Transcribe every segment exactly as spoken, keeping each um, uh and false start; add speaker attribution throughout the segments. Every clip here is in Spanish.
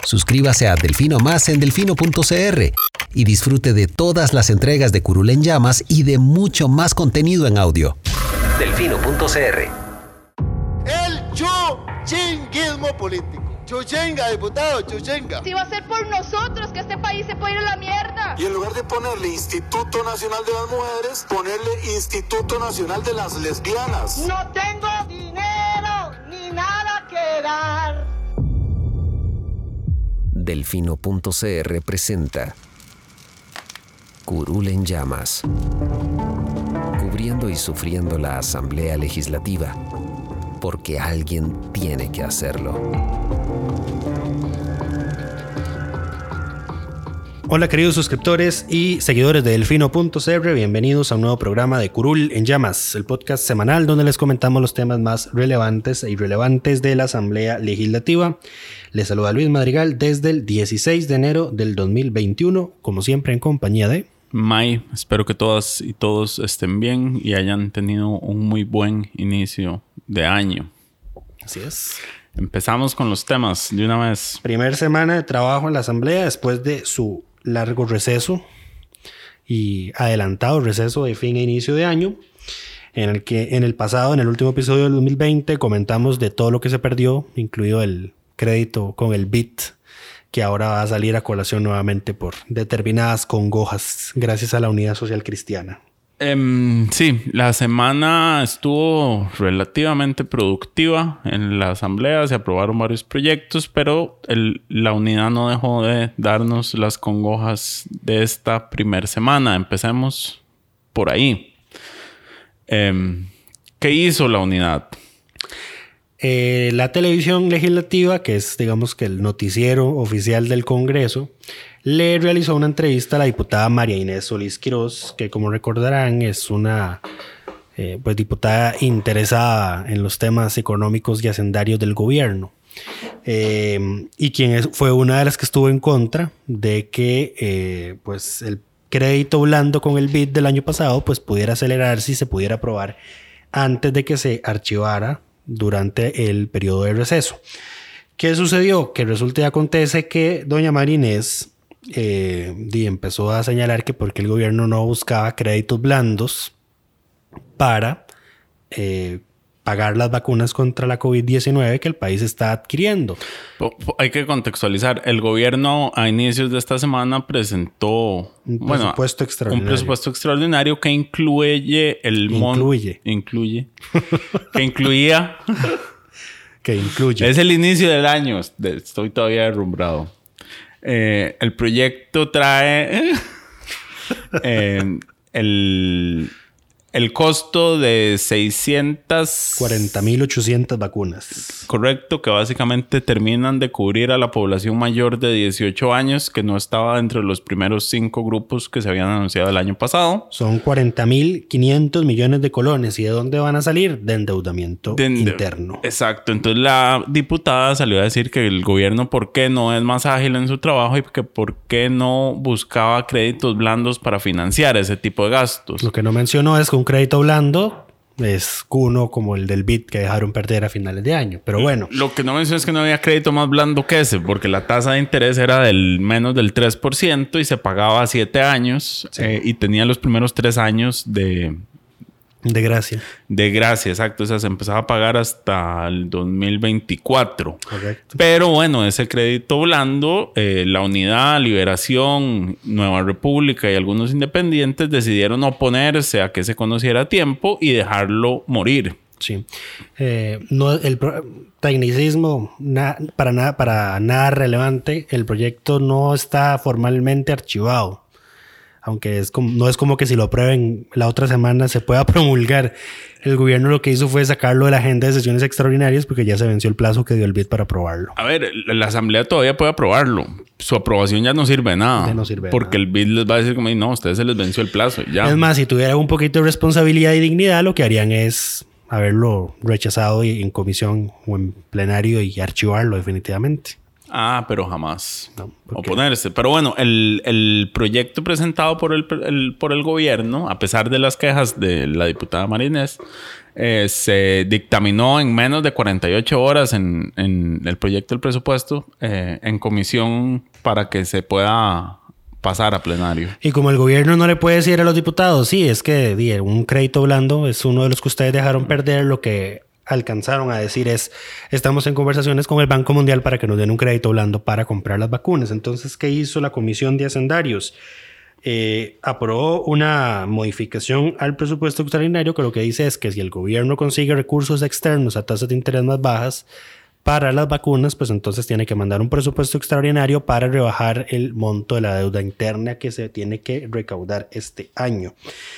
Speaker 1: Suscríbase a Delfino Más en delfino punto c r y disfrute de todas las entregas de Curul en Llamas y de mucho más contenido en audio. delfino punto c r.
Speaker 2: El chuchinguismo político. Chuchenga, diputado, chuchenga.
Speaker 3: Si va a ser por nosotros que este país se puede ir a la mierda.
Speaker 4: Y en lugar de ponerle Instituto Nacional de las Mujeres, ponerle Instituto Nacional de las Lesbianas.
Speaker 5: No tengo dinero ni nada que dar.
Speaker 1: delfino punto c r presenta Curul en Llamas, cubriendo y sufriendo la Asamblea Legislativa, porque alguien tiene que hacerlo.
Speaker 6: Hola queridos suscriptores y seguidores de delfino punto c r, bienvenidos a un nuevo programa de Curul en Llamas, el podcast semanal donde les comentamos los temas más relevantes e irrelevantes de la Asamblea Legislativa. Les saluda Luis Madrigal desde el dieciséis de enero del dos mil veintiuno, como siempre en compañía de...
Speaker 7: May. Espero que todas y todos estén bien y hayan tenido un muy buen inicio de año.
Speaker 6: Así es.
Speaker 7: Empezamos con los temas de una vez.
Speaker 6: Primer semana de trabajo en la Asamblea después de su largo receso y adelantado receso de fin e inicio de año, en el que en el pasado, en el último episodio del dos mil veinte, comentamos de todo lo que se perdió, incluido el crédito con el B I T, que ahora va a salir a colación nuevamente por determinadas congojas gracias a la Unidad Social Cristiana.
Speaker 7: Um, sí, la semana estuvo relativamente productiva en la asamblea, se aprobaron varios proyectos, pero el, la unidad no dejó de darnos las congojas de esta primera semana. Empecemos por ahí. Um, ¿Qué hizo la unidad?
Speaker 6: Eh, la televisión legislativa, que es digamos que el noticiero oficial del Congreso, le realizó una entrevista a la diputada María Inés Solís Quirós, que como recordarán es una eh, pues, diputada interesada en los temas económicos y hacendarios del gobierno, eh, y quien es, fue una de las que estuvo en contra de que eh, pues, el crédito blando con el B I D del año pasado pues, pudiera acelerarse y se pudiera aprobar antes de que se archivara durante el periodo de receso. ¿Qué sucedió? Que resulta y acontece que doña María Inés eh, empezó a señalar que porque el gobierno no buscaba créditos blandos para eh, pagar las vacunas contra la covid diecinueve que el país está adquiriendo.
Speaker 7: Hay que contextualizar. El gobierno a inicios de esta semana presentó
Speaker 6: un
Speaker 7: bueno,
Speaker 6: presupuesto extraordinario.
Speaker 7: Un presupuesto extraordinario que incluye el monto.
Speaker 6: Incluye.
Speaker 7: Incluye. que incluía.
Speaker 6: que incluye.
Speaker 7: Es el inicio del año. Estoy todavía derrumbrado. Eh, el proyecto trae eh, el. El costo de seiscientas...
Speaker 6: cuarenta mil ochocientas vacunas.
Speaker 7: Correcto, que básicamente terminan de cubrir a la población mayor de dieciocho años, que no estaba entre los primeros cinco grupos que se habían anunciado el año pasado.
Speaker 6: Son cuarenta mil quinientos millones de colones. ¿Y de dónde van a salir? De endeudamiento de ende- interno.
Speaker 7: Exacto. Entonces la diputada salió a decir que el gobierno, ¿por qué no es más ágil en su trabajo? Y que ¿por qué no buscaba créditos blandos para financiar ese tipo de gastos?
Speaker 6: Lo que no mencionó es que un crédito blando es uno como el del B I D que dejaron perder a finales de año. Pero bueno.
Speaker 7: Lo que no mencioné es que no había crédito más blando que ese, porque la tasa de interés era del menos del tres por ciento y se pagaba a siete años. Sí. eh, y tenía los primeros tres años de...
Speaker 6: De gracia.
Speaker 7: De gracia, exacto. O sea, se empezaba a pagar hasta el dos mil veinticuatro.
Speaker 6: Correcto.
Speaker 7: Pero bueno, ese crédito blando, eh, la Unidad, Liberación, Nueva República y algunos independientes decidieron oponerse a que se conociera a tiempo y dejarlo morir.
Speaker 6: Sí. Eh, no, el pro- tecnicismo, na, para, nada, para nada relevante, el proyecto no está formalmente archivado. Aunque es como, no es como que si lo aprueben la otra semana se pueda promulgar. El gobierno lo que hizo fue sacarlo de la agenda de sesiones extraordinarias porque ya se venció el plazo que dio el B I D para aprobarlo.
Speaker 7: A ver, la asamblea todavía puede aprobarlo. Su aprobación ya no sirve de nada.
Speaker 6: Ya no sirve de
Speaker 7: porque
Speaker 6: nada.
Speaker 7: el B I D les va a decir como, no, a ustedes se les venció el plazo. Ya.
Speaker 6: Es más, si tuvieran un poquito de responsabilidad y dignidad, lo que harían es haberlo rechazado en comisión o en plenario y archivarlo definitivamente.
Speaker 7: Ah, pero jamás
Speaker 6: No,
Speaker 7: oponerse. Pero bueno, el, el proyecto presentado por el, el, por el gobierno, a pesar de las quejas de la diputada María Inés, eh, se dictaminó en menos de cuarenta y ocho horas en, en el proyecto del presupuesto eh, en comisión para que se pueda pasar a plenario.
Speaker 6: Y como el gobierno no le puede decir a los diputados, sí, es que di, un crédito blando es uno de los que ustedes dejaron perder, lo que alcanzaron a decir es, estamos en conversaciones con el Banco Mundial para que nos den un crédito blando para comprar las vacunas. Entonces, ¿qué hizo la Comisión de Hacendarios? Eh, aprobó una modificación al presupuesto extraordinario que lo que dice es que si el gobierno consigue recursos externos a tasas de interés más bajas para las vacunas, pues entonces tiene que mandar un presupuesto extraordinario para rebajar el monto de la deuda interna que se tiene que recaudar este año.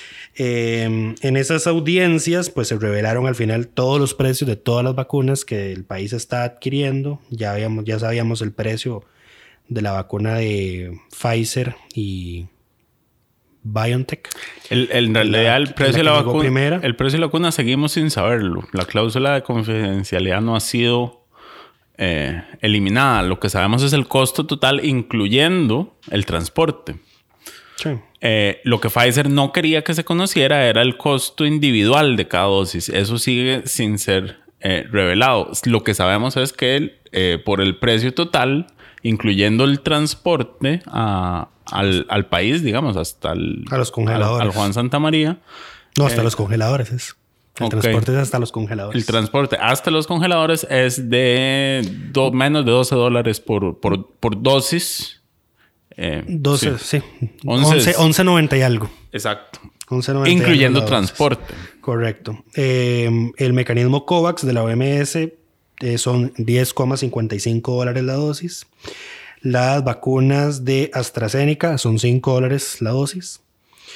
Speaker 6: Eh, en esas audiencias pues se revelaron al final todos los precios de todas las vacunas que el país está adquiriendo. Ya, habíamos, ya sabíamos el precio de la vacuna de Pfizer y BioNTech.
Speaker 7: El, el, en realidad
Speaker 6: La-
Speaker 7: el precio de
Speaker 6: la
Speaker 7: la
Speaker 6: que llegó
Speaker 7: vacuna,
Speaker 6: primera.
Speaker 7: el precio de la vacuna seguimos sin saberlo. La cláusula de confidencialidad no ha sido eh, eliminada. Lo que sabemos es el costo total, incluyendo el transporte.
Speaker 6: Sí.
Speaker 7: Eh, lo que Pfizer no quería que se conociera era el costo individual de cada dosis. Eso sigue sin ser eh, revelado. Lo que sabemos es que eh, por el precio total, incluyendo el transporte a, al, al país, digamos, hasta el,
Speaker 6: A los congeladores.
Speaker 7: Al, al Juan Santa María.
Speaker 6: No, hasta
Speaker 7: Eh,
Speaker 6: los congeladores es. El
Speaker 7: ok.
Speaker 6: transporte es hasta los congeladores.
Speaker 7: El transporte hasta los congeladores es de do- menos de doce dólares por, por, por dosis. Eh,
Speaker 6: doce,
Speaker 7: sí.
Speaker 6: sí.
Speaker 7: Once
Speaker 6: once,
Speaker 7: es-
Speaker 6: once noventa y algo.
Speaker 7: Exacto.
Speaker 6: once noventa y algo
Speaker 7: Incluyendo
Speaker 6: la dosis.
Speaker 7: transporte.
Speaker 6: Correcto. Eh, el mecanismo COVAX de la O M S eh, son diez coma cincuenta y cinco dólares la dosis. Las vacunas de AstraZeneca son cinco dólares la dosis.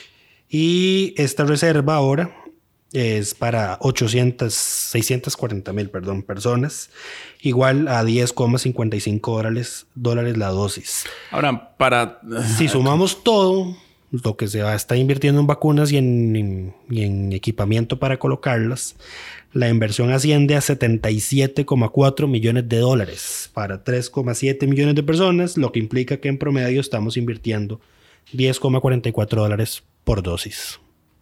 Speaker 6: Y esta reserva ahora es para ochocientas, seiscientas cuarenta mil, perdón, personas. Igual a diez coma cincuenta y cinco dólares, dólares la dosis.
Speaker 7: Ahora, para...
Speaker 6: Si sumamos todo lo que se va a estar invirtiendo en vacunas y en, en- y en equipamiento para colocarlas, la inversión asciende a setenta y siete coma cuatro millones de dólares para tres coma siete millones de personas, lo que implica que en promedio estamos invirtiendo diez coma cuarenta y cuatro dólares por dosis.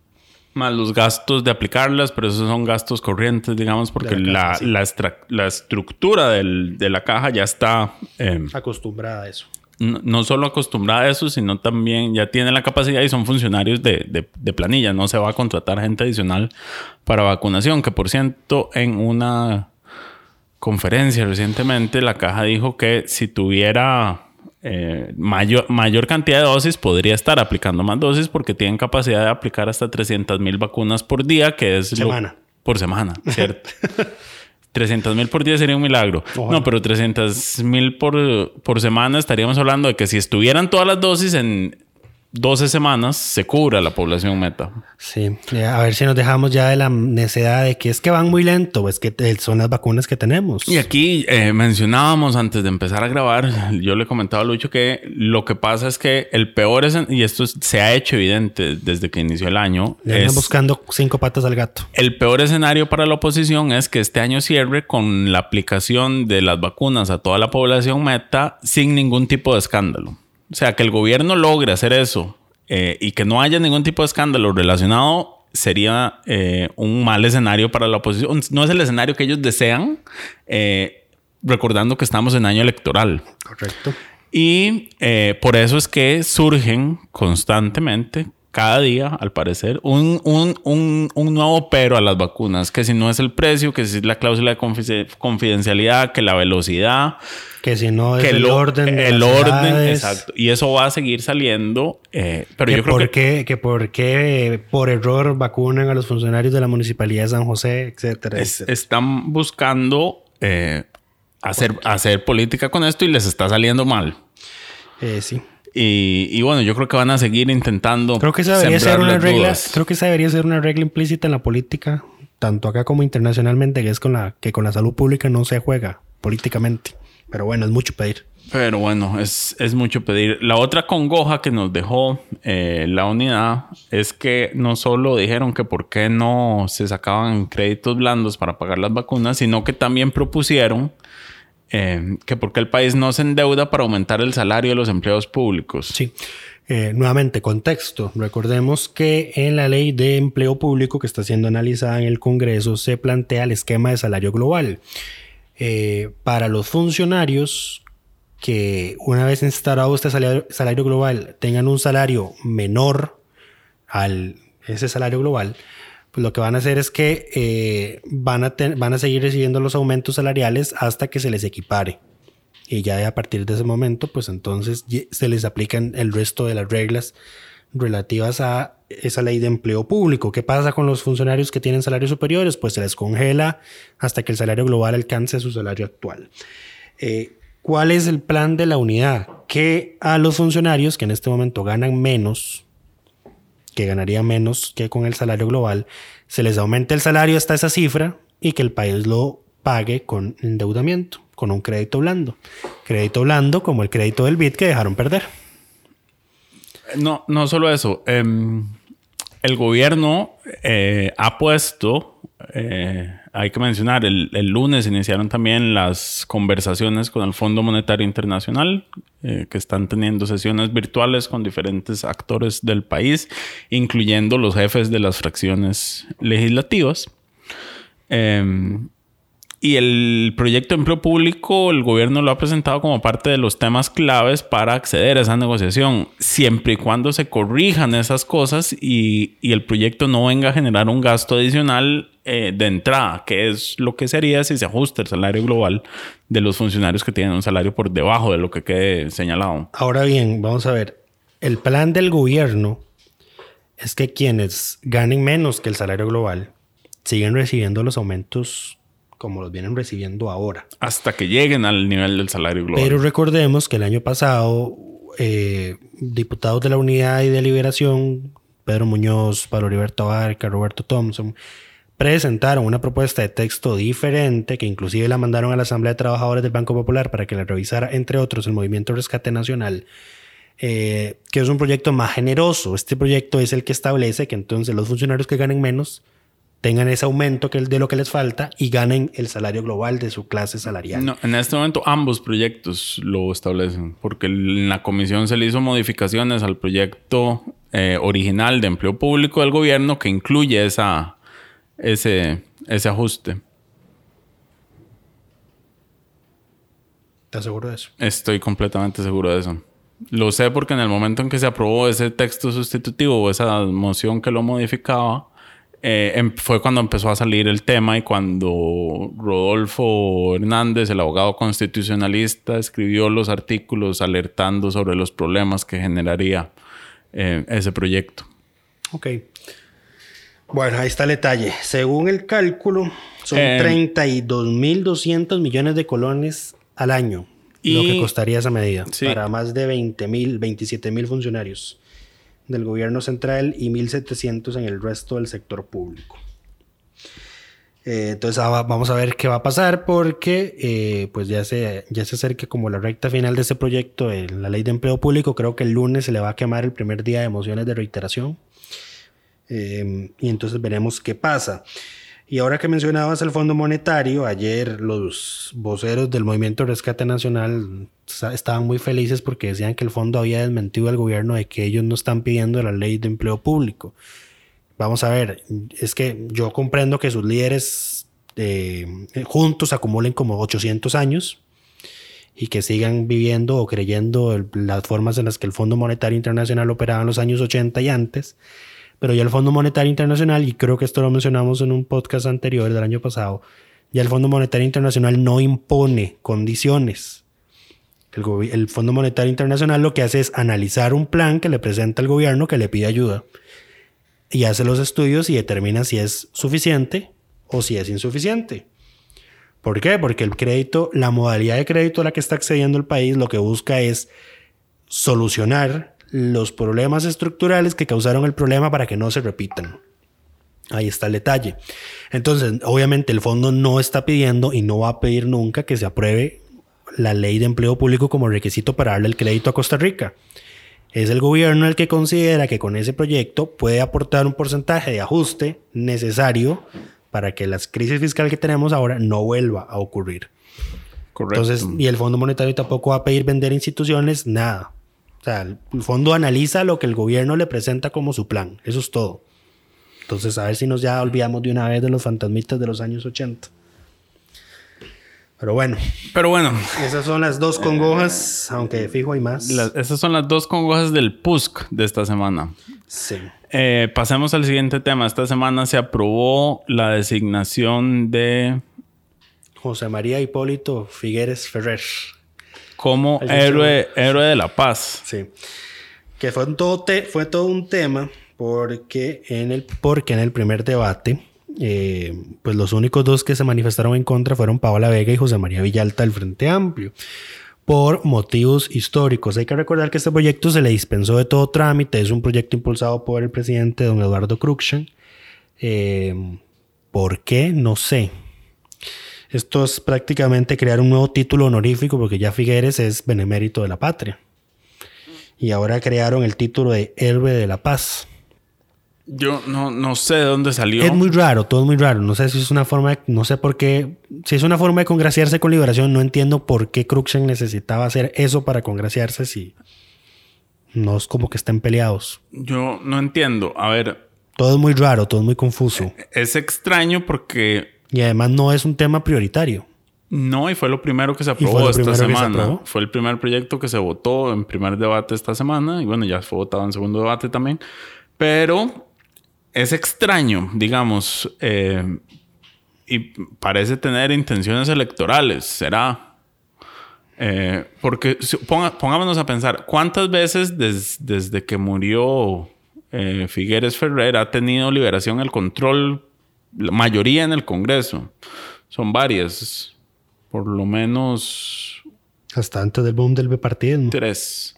Speaker 7: Más los gastos de aplicarlas, pero esos son gastos corrientes, digamos, porque
Speaker 6: De la
Speaker 7: la,
Speaker 6: caja, sí.
Speaker 7: la, estra- la estructura del- de la caja ya está eh,
Speaker 6: Acostumbrada a eso.
Speaker 7: no, no solo acostumbrada a eso, sino también ya tiene la capacidad y son funcionarios de, de, de planilla. No se va a contratar gente adicional para vacunación, que por cierto, en una conferencia recientemente, la caja dijo que si tuviera eh, mayor, mayor cantidad de dosis, podría estar aplicando más dosis porque tienen capacidad de aplicar hasta trescientas mil vacunas por día, que es... lo-
Speaker 6: Semana.
Speaker 7: por semana, ¿cierto? trescientas mil por día sería un milagro.
Speaker 6: Ojalá.
Speaker 7: No, pero trescientas mil por, por semana estaríamos hablando de que si estuvieran todas las dosis en doce semanas, se cubra la población meta.
Speaker 6: Sí, eh, a ver si nos dejamos ya de la necedad de que es que van muy lento, o es que eh, son las vacunas que tenemos.
Speaker 7: Y aquí eh, mencionábamos antes de empezar a grabar, yo le comentaba a Lucho que lo que pasa es que el peor es, y esto es- se ha hecho evidente desde que inició el año,
Speaker 6: Le andan
Speaker 7: es
Speaker 6: buscando cinco patas al gato.
Speaker 7: el peor escenario para la oposición es que este año cierre con la aplicación de las vacunas a toda la población meta sin ningún tipo de escándalo. O sea, que el gobierno logre hacer eso eh, y que no haya ningún tipo de escándalo relacionado sería eh, un mal escenario para la oposición. No es el escenario que ellos desean, eh, recordando que estamos en año electoral.
Speaker 6: Correcto.
Speaker 7: Y eh, por eso es que surgen constantemente, cada día, al parecer, un, un, un, un nuevo pero a las vacunas. Que si no es el precio, que si es la cláusula de confi- confidencialidad, que la velocidad,
Speaker 6: Que si no es
Speaker 7: que
Speaker 6: el
Speaker 7: lo-
Speaker 6: orden de
Speaker 7: el
Speaker 6: las
Speaker 7: orden,
Speaker 6: ciudades,
Speaker 7: exacto. Y eso va a seguir saliendo. eh, pero
Speaker 6: que
Speaker 7: yo creo
Speaker 6: por
Speaker 7: que...
Speaker 6: qué, que por qué por error vacunan a los funcionarios de la Municipalidad de San José, etcétera.
Speaker 7: Es-
Speaker 6: etcétera.
Speaker 7: están buscando eh, hacer, hacer política con esto y les está saliendo mal.
Speaker 6: Eh, sí.
Speaker 7: Y, y bueno, yo creo que van a seguir intentando.
Speaker 6: Creo que esa debería ser
Speaker 7: sembrar
Speaker 6: una
Speaker 7: las
Speaker 6: regla.
Speaker 7: dudas.
Speaker 6: Creo que esa debería ser una regla implícita en la política, tanto acá como internacionalmente, que es con la que con la salud pública no se juega políticamente. Pero bueno, es mucho pedir.
Speaker 7: Pero bueno, es, es mucho pedir. La otra congoja que nos dejó eh, la unidad es que no solo dijeron que por qué no se sacaban créditos blandos para pagar las vacunas, sino que también propusieron eh, que por qué el país no se endeuda para aumentar el salario de los empleados públicos.
Speaker 6: Sí. Eh, nuevamente, contexto. Recordemos que en la ley de empleo público que está siendo analizada en el Congreso se plantea el esquema de salario global. Eh, para los funcionarios que una vez instaurado este salario, salario global tengan un salario menor al ese salario global, pues lo que van a hacer es que eh, van, a ten, van a seguir recibiendo los aumentos salariales hasta que se les equipare. Y ya a partir de ese momento, pues entonces se les aplican el resto de las reglas relativas a esa ley de empleo público. ¿Qué pasa con los funcionarios que tienen salarios superiores? Pues se les congela hasta que el salario global alcance su salario actual. Eh, ¿Cuál es el plan de la unidad? Que a los funcionarios que en este momento ganan menos, que ganarían menos que con el salario global, se les aumente el salario hasta esa cifra y que el país lo pague con endeudamiento, con un crédito blando. Crédito blando como el crédito del B I D que dejaron perder.
Speaker 7: No, no solo eso. Eh, el gobierno eh, ha puesto, eh, hay que mencionar, el, el lunes iniciaron también las conversaciones con el Fondo Monetario Internacional, eh, que están teniendo sesiones virtuales con diferentes actores del país, incluyendo los jefes de las fracciones legislativas. Eh, Y el proyecto de empleo público, el gobierno lo ha presentado como parte de los temas claves para acceder a esa negociación, siempre y cuando se corrijan esas cosas y, y el proyecto no venga a generar un gasto adicional eh, de entrada, que es lo que sería si se ajusta el salario global de los funcionarios que tienen un salario por debajo de lo que quede señalado.
Speaker 6: Ahora bien, vamos a ver. El plan del gobierno es que quienes ganen menos que el salario global siguen recibiendo los aumentos como los vienen recibiendo ahora.
Speaker 7: Hasta que lleguen al nivel del salario global.
Speaker 6: Pero recordemos que el año pasado, eh, diputados de la Unidad y de Liberación, Pedro Muñoz, Pablo Heriberto Abarca, Roberto Thompson, presentaron una propuesta de texto diferente que inclusive la mandaron a la Asamblea de Trabajadores del Banco Popular para que la revisara, entre otros, el Movimiento Rescate Nacional, eh, que es un proyecto más generoso. Este proyecto es el que establece que entonces los funcionarios que ganen menos tengan ese aumento que de lo que les falta y ganen el salario global de su clase salarial.
Speaker 7: No, en este momento ambos proyectos lo establecen, porque en la comisión se le hizo modificaciones al proyecto eh, original de empleo público del gobierno que incluye esa, ese, ese ajuste.
Speaker 6: ¿Estás seguro de eso?
Speaker 7: Estoy completamente seguro de eso. Lo sé porque en el momento en que se aprobó ese texto sustitutivo o esa moción que lo modificaba, Eh, fue cuando empezó a salir el tema y cuando Rodolfo Hernández, el abogado constitucionalista, escribió los artículos alertando sobre los problemas que generaría eh, ese proyecto.
Speaker 6: Ok. Bueno, ahí está el detalle. Según el cálculo, son
Speaker 7: eh,
Speaker 6: treinta y dos mil doscientos millones de colones al año y, lo que costaría esa medida, sí, para más de veinte mil, veintisiete mil funcionarios del gobierno central y mil setecientos en el resto del sector público. Eh, entonces ah, vamos a ver qué va a pasar porque eh, pues ya se, ya se acerca como la recta final de este proyecto de la ley de empleo público. Creo que el lunes se le va a quemar el primer día de mociones de reiteración eh, y entonces veremos qué pasa. Y ahora que mencionabas el Fondo Monetario, ayer los voceros del Movimiento Rescate Nacional estaban muy felices porque decían que el fondo había desmentido al gobierno de que ellos no están pidiendo la ley de empleo público. Vamos a ver, es que yo comprendo que sus líderes eh, juntos acumulen como ochocientos años y que sigan viviendo o creyendo el, las formas en las que el Fondo Monetario Internacional operaba en los años ochenta y antes. Pero ya el Fondo Monetario Internacional, y creo que esto lo mencionamos en un podcast anterior del año pasado, ya el Fondo Monetario Internacional no impone condiciones. El, el Fondo Monetario Internacional lo que hace es analizar un plan que le presenta al gobierno que le pide ayuda y hace los estudios y determina si es suficiente o si es insuficiente. ¿Por qué? Porque el crédito, la modalidad de crédito a la que está accediendo el país lo que busca es solucionar los problemas estructurales que causaron el problema para que no se repitan. Ahí está el detalle. Entonces, obviamente el fondo no está pidiendo y no va a pedir nunca que se apruebe la ley de empleo público como requisito para darle el crédito a Costa Rica. Es el gobierno el que considera que con ese proyecto puede aportar un porcentaje de ajuste necesario para que la crisis fiscal que tenemos ahora no vuelva a ocurrir.
Speaker 7: Correcto.
Speaker 6: Entonces, y el Fondo Monetario tampoco va a pedir vender instituciones, nada. O sea, el fondo analiza lo que el gobierno le presenta como su plan. Eso es todo. Entonces, a ver si nos ya olvidamos de una vez de los fantasmitas de los años ochenta. Pero bueno.
Speaker 7: Pero bueno.
Speaker 6: Esas son las dos congojas, aunque fijo hay más.
Speaker 7: La, esas son las dos congojas del P U S C de esta semana.
Speaker 6: Sí.
Speaker 7: Eh, pasemos al siguiente tema. Esta semana se aprobó la designación de
Speaker 6: José María Hipólito Figueres Ferrer
Speaker 7: como héroe, héroe de la paz.
Speaker 6: Sí. Que fue todo, te, fue todo un tema porque en el, porque en el primer debate, eh, pues los únicos dos que se manifestaron en contra fueron Paola Vega y José María Villalta del Frente Amplio, por motivos históricos. Hay que recordar que este proyecto se le dispensó de todo trámite. Es un proyecto impulsado por el presidente don Eduardo Cruikshank. Eh, ¿Por qué? No sé. Esto es prácticamente crear un nuevo título honorífico porque ya Figueres es benemérito de la patria. Y ahora crearon el título de héroe de la paz.
Speaker 7: Yo no, no sé de dónde salió.
Speaker 6: Es muy raro, todo es muy raro. No sé si es una forma de, no sé por qué. Si es una forma de congraciarse con Liberación, no entiendo por qué Cruikshank necesitaba hacer eso para congraciarse si no es como que estén peleados.
Speaker 7: Yo no entiendo. A ver.
Speaker 6: Todo es muy raro, todo es muy confuso.
Speaker 7: Es extraño porque...
Speaker 6: Y además no es un tema prioritario.
Speaker 7: No, y fue lo primero que se aprobó esta semana. Fue el primer proyecto que se votó en primer debate esta semana. Y bueno, ya fue votado en segundo debate también. Pero es extraño, digamos. Eh, y parece tener intenciones electorales. ¿Será? Eh, porque ponga, pongámonos a pensar. ¿Cuántas veces des, desde que murió eh, Figueres Ferrer ha tenido Liberación el control? La mayoría en el Congreso. Son varias. Por lo menos...
Speaker 6: Hasta antes del boom del bipartidismo.
Speaker 7: Tres.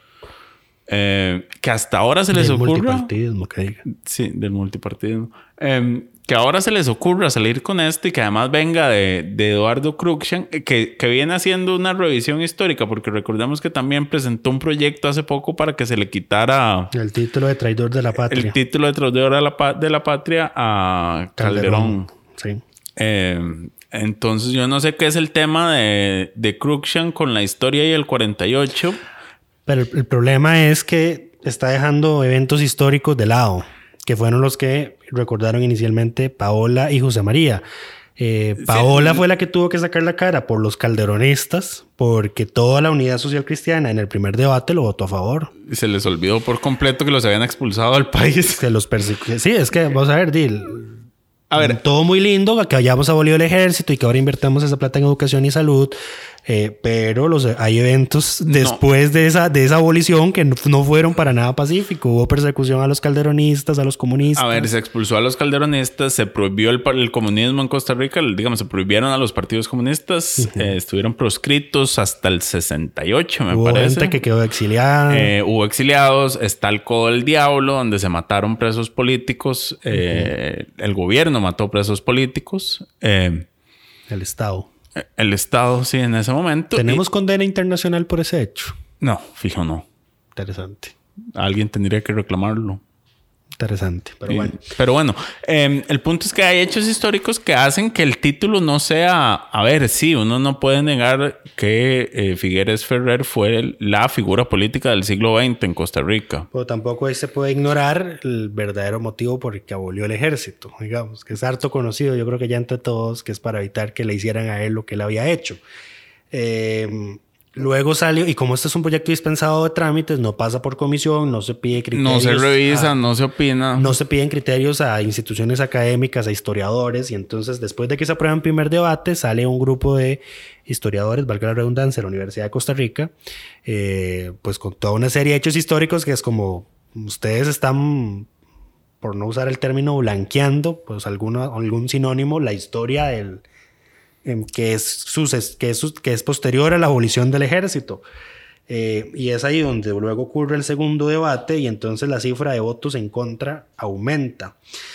Speaker 7: Eh, que hasta ahora se les
Speaker 6: del
Speaker 7: ocurra...
Speaker 6: multipartidismo, que diga.
Speaker 7: Sí, del multipartidismo. Eh, que ahora se les ocurra salir con esto y que además venga de, de Eduardo Cruikshank, que, que viene haciendo una revisión histórica, porque recordemos que también presentó un proyecto hace poco para que se le quitara...
Speaker 6: El título de traidor de la patria.
Speaker 7: El título de traidor de la, de la patria a Calderón.
Speaker 6: Calderón. Sí.
Speaker 7: Eh, entonces yo no sé qué es el tema de, de Cruikshank con la historia y el cuarenta y ocho.
Speaker 6: Pero el, el problema es que está dejando eventos históricos de lado, que fueron los que recordaron inicialmente Paola y José María. Eh, Paola sí. fue la que tuvo que sacar la cara por los calderonistas, porque toda la Unidad Social Cristiana en el primer debate lo votó a favor.
Speaker 7: Se les olvidó por completo que los habían expulsado del país.
Speaker 6: Se los persiguió. Sí, es que vamos a ver, Dil.
Speaker 7: A ver,
Speaker 6: todo muy lindo, que hayamos abolido el ejército y que ahora invertamos esa plata en educación y salud, eh, pero los, hay eventos después no. de, esa, de esa abolición que no, no fueron para nada pacíficos. Hubo persecución a los calderonistas, a los comunistas.
Speaker 7: A ver, se expulsó a los calderonistas, se prohibió el, el comunismo en Costa Rica, digamos, se prohibieron a los partidos comunistas, uh-huh. eh, estuvieron proscritos hasta el sesenta y ocho, me
Speaker 6: hubo
Speaker 7: parece.
Speaker 6: Hubo gente que quedó exiliada.
Speaker 7: Eh, hubo exiliados, está el Codo del Diablo, donde se mataron presos políticos, eh, uh-huh. el gobierno mató presos políticos. Eh,
Speaker 6: el Estado.
Speaker 7: El Estado, sí, en ese momento.
Speaker 6: ¿Tenemos
Speaker 7: y...
Speaker 6: condena internacional por ese hecho?
Speaker 7: No, fijo no.
Speaker 6: Interesante.
Speaker 7: Alguien tendría que reclamarlo.
Speaker 6: Interesante, pero
Speaker 7: sí.
Speaker 6: bueno.
Speaker 7: Pero bueno, eh, el punto es que hay hechos históricos que hacen que el título no sea... A ver, sí, uno no puede negar que eh, Figueres Ferrer fue la figura política del siglo veinte en Costa Rica.
Speaker 6: Pero tampoco se puede ignorar el verdadero motivo por el que abolió el ejército, digamos, que es harto conocido, yo creo que ya entre todos, que es para evitar que le hicieran a él lo que él había hecho. Eh... Luego salió, y como este es un proyecto dispensado de trámites, no pasa por comisión, no se pide criterios.
Speaker 7: No se revisa, a, no se opina.
Speaker 6: No se piden criterios a instituciones académicas, a historiadores, y entonces después de que se aprueba en primer debate, sale un grupo de historiadores, valga la redundancia, de la Universidad de Costa Rica, eh, pues con toda una serie de hechos históricos que es como, ustedes están, por no usar el término, blanqueando, pues alguna, algún sinónimo, la historia del... Que es, sus, que, es, que es posterior a la abolición del ejército. Eh, y es ahí donde luego ocurre el segundo debate y entonces la cifra de votos en contra aumenta.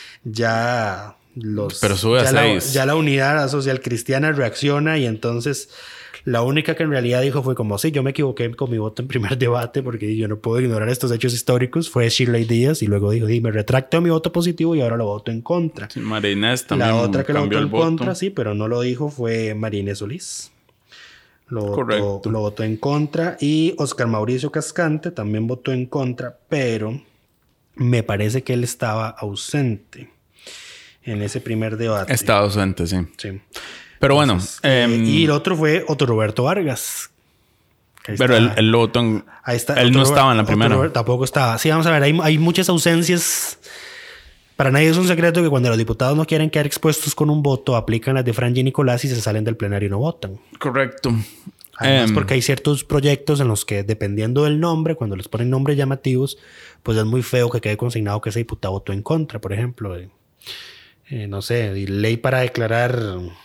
Speaker 6: Ya, los,
Speaker 7: Pero sube
Speaker 6: ya,
Speaker 7: a
Speaker 6: la,
Speaker 7: seis.
Speaker 6: ya la unidad social cristiana reacciona y entonces la única que en realidad dijo fue como, sí, yo me equivoqué con mi voto en primer debate porque yo no puedo ignorar estos hechos históricos, fue Shirley Díaz, y luego dijo, sí, me retracto mi voto positivo y ahora lo voto en contra.
Speaker 7: Sí, María Inés también
Speaker 6: la otra que lo votó en
Speaker 7: voto.
Speaker 6: contra, sí, pero no lo dijo, fue María Inés Solís. lo votó, lo votó en contra. Y Oscar Mauricio Cascante también votó en contra, pero me parece que él estaba ausente en ese primer debate.
Speaker 7: Estaba ausente, sí.
Speaker 6: Sí.
Speaker 7: Pero
Speaker 6: Entonces,
Speaker 7: bueno.
Speaker 6: eh,
Speaker 7: eh,
Speaker 6: y el otro fue Otto Roberto Vargas.
Speaker 7: Pero él, él lo votó en...
Speaker 6: Ahí está,
Speaker 7: él
Speaker 6: Otto
Speaker 7: no
Speaker 6: Robert,
Speaker 7: estaba en la
Speaker 6: Otto
Speaker 7: primera.
Speaker 6: Robert tampoco estaba. Sí, vamos a ver, hay, hay muchas ausencias. Para nadie es un secreto que cuando los diputados no quieren quedar expuestos con un voto, aplican las de Franji Nicolás y se salen del plenario y no votan.
Speaker 7: Correcto.
Speaker 6: Además,
Speaker 7: Um,
Speaker 6: porque hay ciertos proyectos en los que, dependiendo del nombre, cuando les ponen nombres llamativos, pues es muy feo que quede consignado que ese diputado votó en contra, por ejemplo. Eh, eh, no sé, ley para declarar...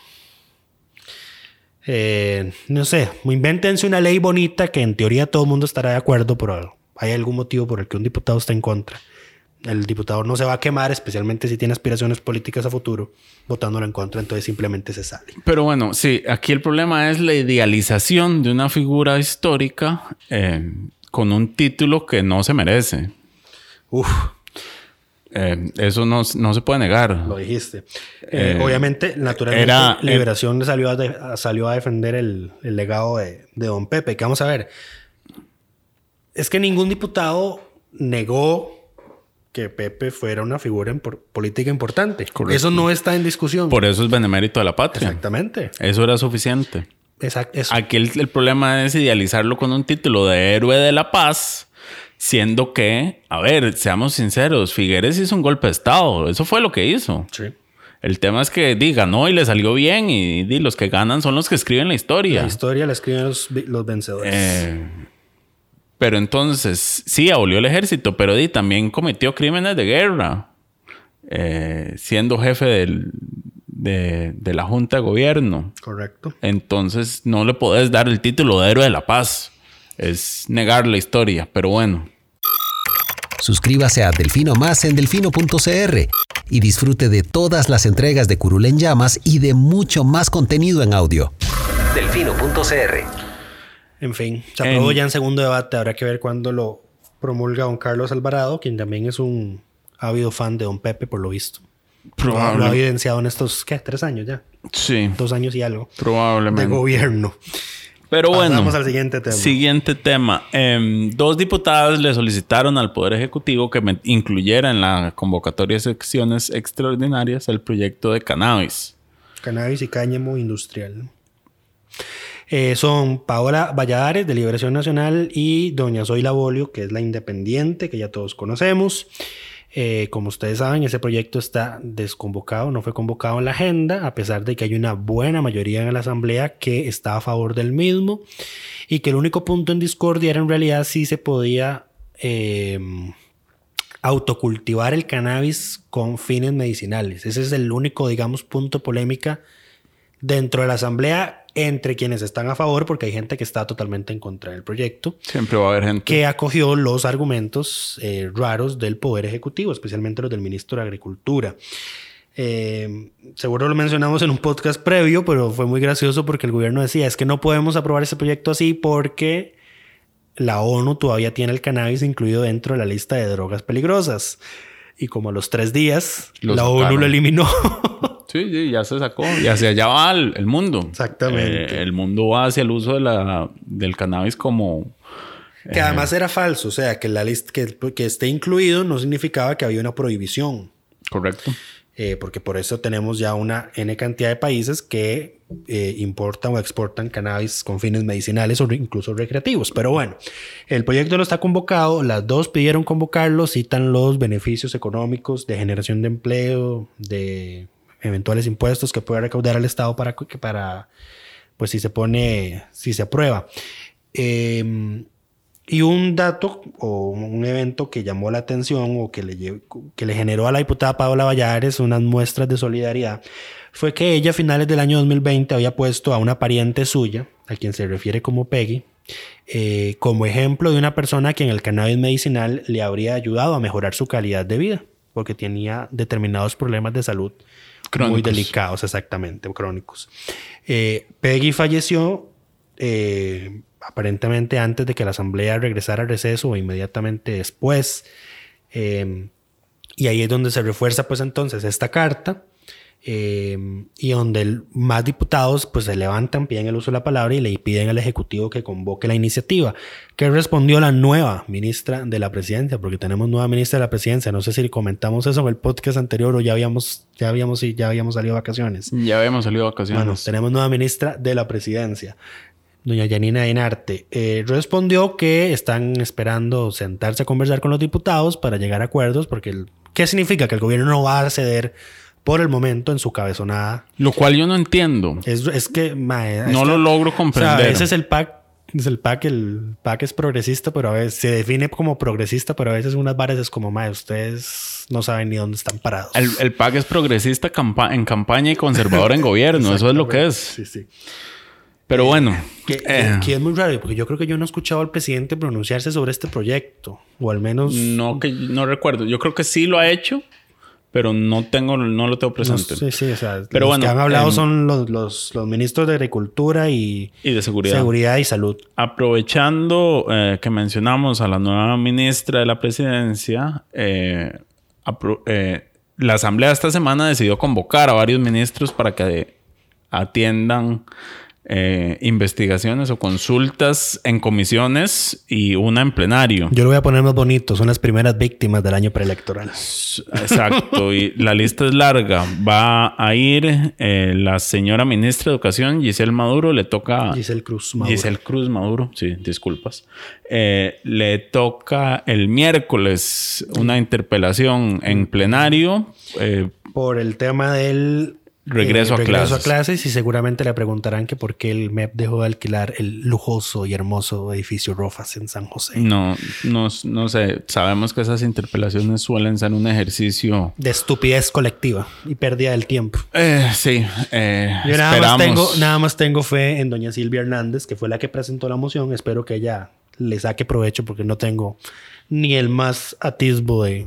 Speaker 6: Eh, no sé, invéntense una ley bonita que en teoría todo el mundo estará de acuerdo, pero hay algún motivo por el que un diputado está en contra. El diputado no se va a quemar, especialmente si tiene aspiraciones políticas a futuro, votándolo en contra, entonces simplemente se sale.
Speaker 7: Pero bueno, sí, aquí el problema es la idealización de una figura histórica eh, con un título que no se merece.
Speaker 6: Uf.
Speaker 7: Eh, eso no, no se puede negar.
Speaker 6: Lo dijiste. Eh,
Speaker 7: Eh,
Speaker 6: obviamente, naturalmente,
Speaker 7: era-
Speaker 6: Liberación le salió a, de- a- salió a defender el, el legado de, de Don Pepe. Que vamos a ver. Es que ningún diputado negó que Pepe fuera una figura impor- política importante.
Speaker 7: Correcto.
Speaker 6: Eso no está en discusión.
Speaker 7: Por eso es benemérito de la patria.
Speaker 6: Exactamente.
Speaker 7: Eso era suficiente.
Speaker 6: Exacto. Eso.
Speaker 7: Aquí el, el problema es idealizarlo con un título de héroe de la paz, siendo que, a ver, seamos sinceros, Figueres hizo un golpe de estado. Eso fue lo que hizo.
Speaker 6: Sí.
Speaker 7: El tema es que diga, no, y le salió bien, y, y los que ganan son los que escriben la historia.
Speaker 6: La historia la escriben los, vi- los vencedores.
Speaker 7: Eh, pero entonces, sí, abolió el ejército, pero di, también cometió crímenes de guerra, eh, siendo jefe del, de, de la Junta de Gobierno.
Speaker 6: Correcto.
Speaker 7: Entonces, no le podés dar el título de héroe de la paz. Es negar la historia, pero bueno.
Speaker 1: Suscríbase a Delfino Más en delfino punto c r y disfrute de todas las entregas de Curul en Llamas y de mucho más contenido en audio. delfino punto c r.
Speaker 6: En fin, se aprobó
Speaker 7: En-
Speaker 6: ya en segundo debate. Habrá que ver cuándo lo promulga don Carlos Alvarado, quien también es un ávido fan de don Pepe, por lo visto. Lo ha
Speaker 7: Probable-
Speaker 6: evidenciado en estos, ¿qué? Tres años ya.
Speaker 7: Sí,
Speaker 6: Dos años y algo. De
Speaker 7: probablemente.
Speaker 6: gobierno.
Speaker 7: Pero bueno,
Speaker 6: Pasamos al siguiente tema.
Speaker 7: Siguiente tema. Em, dos diputadas le solicitaron al Poder Ejecutivo que me- incluyera en la convocatoria de secciones extraordinarias el proyecto de cannabis.
Speaker 6: Cannabis y cáñamo industrial. Eh, son Paola Valladares, de Liberación Nacional, y doña Zoila Bolio, que es la independiente, que ya todos conocemos. Eh, como ustedes saben, ese proyecto está desconvocado, no fue convocado en la agenda, a pesar de que hay una buena mayoría en la Asamblea que está a favor del mismo, y que el único punto en discordia era en realidad si se podía eh, autocultivar el cannabis con fines medicinales. Ese es el único, digamos, punto polémica dentro de la Asamblea entre quienes están a favor, porque hay gente que está totalmente en contra del proyecto,
Speaker 7: Siempre va a haber gente.
Speaker 6: que acogió los argumentos eh, raros del Poder Ejecutivo, especialmente los del Ministro de Agricultura. Eh, seguro lo mencionamos en un podcast previo, pero fue muy gracioso porque el gobierno decía, es que no podemos aprobar ese proyecto así porque la ONU todavía tiene el cannabis incluido dentro de la lista de drogas peligrosas. Y como a los tres días,
Speaker 7: Lo
Speaker 6: la
Speaker 7: sacaron.
Speaker 6: ONU lo eliminó.
Speaker 7: Sí, sí, ya se sacó. Y hacia allá va el, el mundo.
Speaker 6: Exactamente.
Speaker 7: Eh, el mundo va hacia el uso de la, del cannabis como...
Speaker 6: Que además era falso, o sea, que la lista que, que esté incluido no significaba que había una prohibición,
Speaker 7: Correcto.
Speaker 6: eh, porque por eso tenemos ya una N cantidad de países que eh, importan o exportan cannabis con fines medicinales o incluso recreativos. Pero bueno, el proyecto no está convocado, las dos pidieron convocarlo, citan los beneficios económicos de generación de empleo, de eventuales impuestos que pueda recaudar el Estado para, para pues si se pone, si se aprueba. Eh, Y un dato o un evento que llamó la atención o que le, lle- que le generó a la diputada Paola Valladares unas muestras de solidaridad fue que ella a finales del año dos mil veinte había puesto a una pariente suya, a quien se refiere como Peggy, eh, como ejemplo de una persona a quien el cannabis medicinal le habría ayudado a mejorar su calidad de vida, porque tenía determinados problemas de salud
Speaker 7: Crónicos.
Speaker 6: muy delicados, exactamente, o crónicos. Eh, Peggy falleció eh, aparentemente antes de que la asamblea regresara al receso o inmediatamente después. Eh, y ahí es donde se refuerza pues entonces esta carta Eh, y donde el, más diputados pues se levantan, piden el uso de la palabra y le piden al Ejecutivo que convoque la iniciativa. ¿Qué respondió la nueva ministra de la Presidencia? Porque tenemos nueva ministra de la Presidencia. No sé si comentamos eso en el podcast anterior o ya habíamos, ya habíamos, ya habíamos salido de vacaciones.
Speaker 7: Ya habíamos salido de vacaciones.
Speaker 6: Bueno, tenemos nueva ministra de la Presidencia, doña Yanina Dinarte. Eh, respondió que están esperando sentarse a conversar con los diputados para llegar a acuerdos, porque el, ¿qué significa? Que el gobierno no va a ceder por el momento en su cabezonada.
Speaker 7: Lo cual yo no entiendo.
Speaker 6: Es, es que... Mae,
Speaker 7: no
Speaker 6: es
Speaker 7: lo
Speaker 6: que,
Speaker 7: logro comprender.
Speaker 6: O sea, ese es el P A C. Es el P A C. El P A C es progresista, pero a veces se define como progresista, pero a veces unas varas es como, mae, ustedes no saben ni dónde están parados.
Speaker 7: El, el P A C es progresista campa- en campaña y conservador en gobierno. Eso es lo que es.
Speaker 6: Sí, sí.
Speaker 7: Pero bueno.
Speaker 6: Que,
Speaker 7: eh,
Speaker 6: que es muy raro, porque yo creo que yo no he escuchado al presidente pronunciarse sobre este proyecto. O al menos...
Speaker 7: No, que no recuerdo. Yo creo que sí lo ha hecho, pero no tengo, no lo tengo presente.
Speaker 6: No, sí, sí, o sea,
Speaker 7: pero
Speaker 6: los
Speaker 7: bueno,
Speaker 6: que han hablado
Speaker 7: eh,
Speaker 6: son los, los, los ministros de Agricultura y,
Speaker 7: y de Seguridad.
Speaker 6: Seguridad y Salud.
Speaker 7: Aprovechando eh, que mencionamos a la nueva ministra de la Presidencia, eh, apro- eh, la Asamblea esta semana decidió convocar a varios ministros para que atiendan eh, investigaciones o consultas en comisiones y una en plenario.
Speaker 6: Yo lo voy a poner más bonito. Son las primeras víctimas del año preelectoral.
Speaker 7: Exacto. Y la lista es larga. Va a ir eh, la señora ministra de Educación, Giselle Maduro. Le toca...
Speaker 6: Giselle Cruz Maduro.
Speaker 7: Giselle Cruz Maduro. Sí, disculpas. Eh, le toca el miércoles una interpelación en plenario. Eh,
Speaker 6: por el tema del...
Speaker 7: Regreso,
Speaker 6: eh,
Speaker 7: a,
Speaker 6: regreso
Speaker 7: clases.
Speaker 6: a clases y seguramente le preguntarán que por qué el M E P dejó de alquilar el lujoso y hermoso edificio Rofas en San José.
Speaker 7: No, no, no sé. Sabemos que esas interpelaciones suelen ser un ejercicio...
Speaker 6: de estupidez colectiva y pérdida del tiempo.
Speaker 7: Eh, sí. Eh,
Speaker 6: Yo nada
Speaker 7: esperamos.
Speaker 6: más, tengo, nada más tengo fe en doña Silvia Hernández, que fue la que presentó la moción. Espero que ella le saque provecho porque no tengo ni el más atisbo de...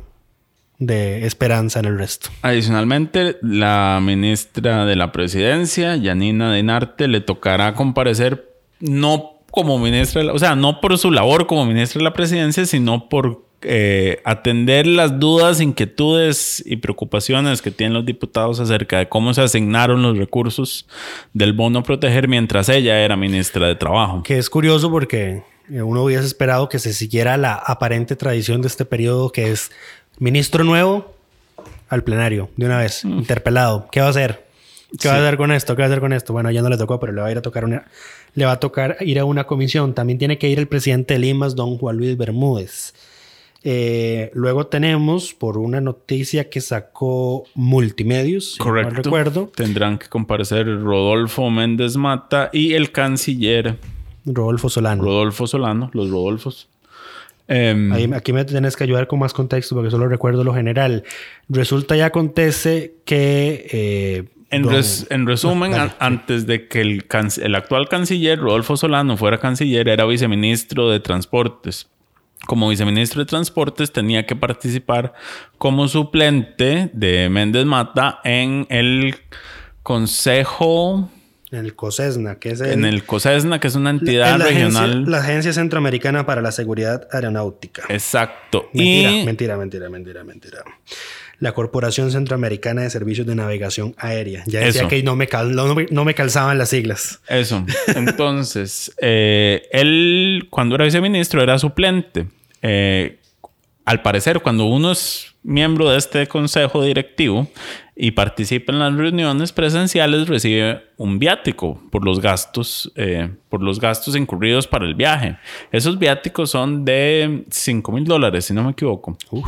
Speaker 6: de esperanza en el resto.
Speaker 7: Adicionalmente, la ministra de la Presidencia, Yanina Dinarte, le tocará comparecer no como ministra, de la, o sea, no por su labor como ministra de la Presidencia, sino por eh, atender las dudas, inquietudes y preocupaciones que tienen los diputados acerca de cómo se asignaron los recursos del bono proteger mientras ella era ministra de Trabajo.
Speaker 6: Que es curioso porque uno hubiese esperado que se siguiera la aparente tradición de este periodo, que es ministro nuevo al plenario de una vez, mm. interpelado. ¿Qué va a hacer? ¿Qué sí. va a hacer con esto? ¿Qué va a hacer con esto? Bueno, ya no le tocó, pero le va a ir a tocar una, le va a tocar ir a una comisión. También tiene que ir el presidente de Limas, don Juan Luis Bermúdez. Eh, luego tenemos, por una noticia que sacó Multimedios,
Speaker 7: correcto,
Speaker 6: si no recuerdo,
Speaker 7: tendrán que comparecer Rodolfo Méndez Mata y el canciller
Speaker 6: Rodolfo Solano.
Speaker 7: Rodolfo Solano, los Rodolfos. Um,
Speaker 6: Ahí, aquí me tienes que ayudar con más contexto porque solo recuerdo lo general. Resulta y acontece que... Eh,
Speaker 7: en,
Speaker 6: don...
Speaker 7: res, en resumen, no, a, antes de que el, can, el actual canciller Rodolfo Solano fuera canciller, era viceministro de Transportes. Como viceministro de Transportes tenía que participar como suplente de Méndez Mata en el Consejo...
Speaker 6: En el COSESNA, que es el...
Speaker 7: En el COSESNA, que es una entidad
Speaker 6: la
Speaker 7: regional...
Speaker 6: Agencia, la Agencia Centroamericana para la Seguridad Aeronáutica.
Speaker 7: Exacto.
Speaker 6: Mentira,
Speaker 7: y...
Speaker 6: mentira, mentira, mentira, mentira. La Corporación Centroamericana de Servicios de Navegación Aérea. Ya decía Eso. que no me, cal... no, me, no me calzaban las siglas.
Speaker 7: Eso. Entonces, eh, él, cuando era viceministro, era suplente. Eh, al parecer, cuando uno es miembro de este consejo directivo y participa en las reuniones presenciales, recibe un viático por los gastos, eh, por los gastos incurridos para el viaje. Esos viáticos son de cinco mil dólares, si no me equivoco. Uf.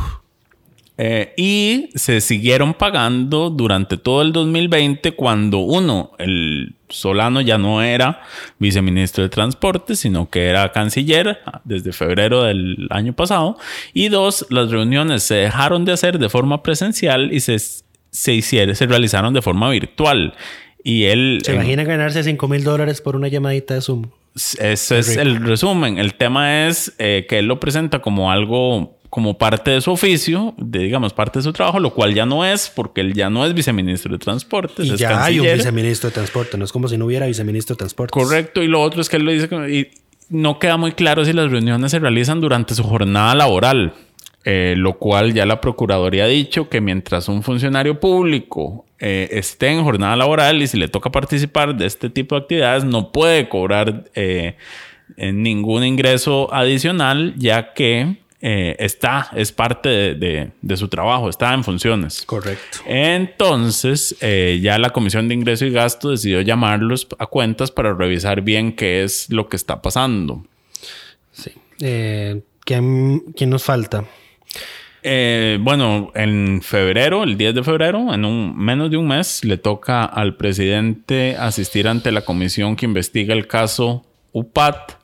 Speaker 7: Eh, y se siguieron pagando durante todo el dos mil veinte, cuando uno, el Solano ya no era viceministro de Transporte, sino que era canciller desde febrero del año pasado. Y dos, las reuniones se dejaron de hacer de forma presencial y se, se hicieron, se realizaron de forma virtual. Y él...
Speaker 6: ¿Se imagina en, ganarse cinco mil dólares por una llamadita de Zoom?
Speaker 7: Ese es el resumen. El tema es eh, que él lo presenta como algo... como parte de su oficio, de, digamos, parte de su trabajo, lo cual ya no es, porque él ya no es viceministro de Transportes.
Speaker 6: Y
Speaker 7: es
Speaker 6: ya
Speaker 7: canciller.
Speaker 6: hay un viceministro de Transporte, no es como si no hubiera viceministro de Transportes.
Speaker 7: Correcto, y lo otro es que él lo dice, y no queda muy claro si las reuniones se realizan durante su jornada laboral. eh, lo cual ya la Procuraduría ha dicho que mientras un funcionario público eh, esté en jornada laboral y si le toca participar de este tipo de actividades, no puede cobrar eh, ningún ingreso adicional, ya que Eh, está, es parte de, de, de su trabajo, está en funciones.
Speaker 6: Correcto.
Speaker 7: Entonces, eh, ya la Comisión de Ingreso y Gasto decidió llamarlos a cuentas para revisar bien qué es lo que está pasando.
Speaker 6: Sí. Eh, ¿quién, ¿Quién nos falta?
Speaker 7: Eh, bueno, en febrero, el diez de febrero, en un, menos de un mes, le toca al presidente asistir ante la comisión que investiga el caso U P A T,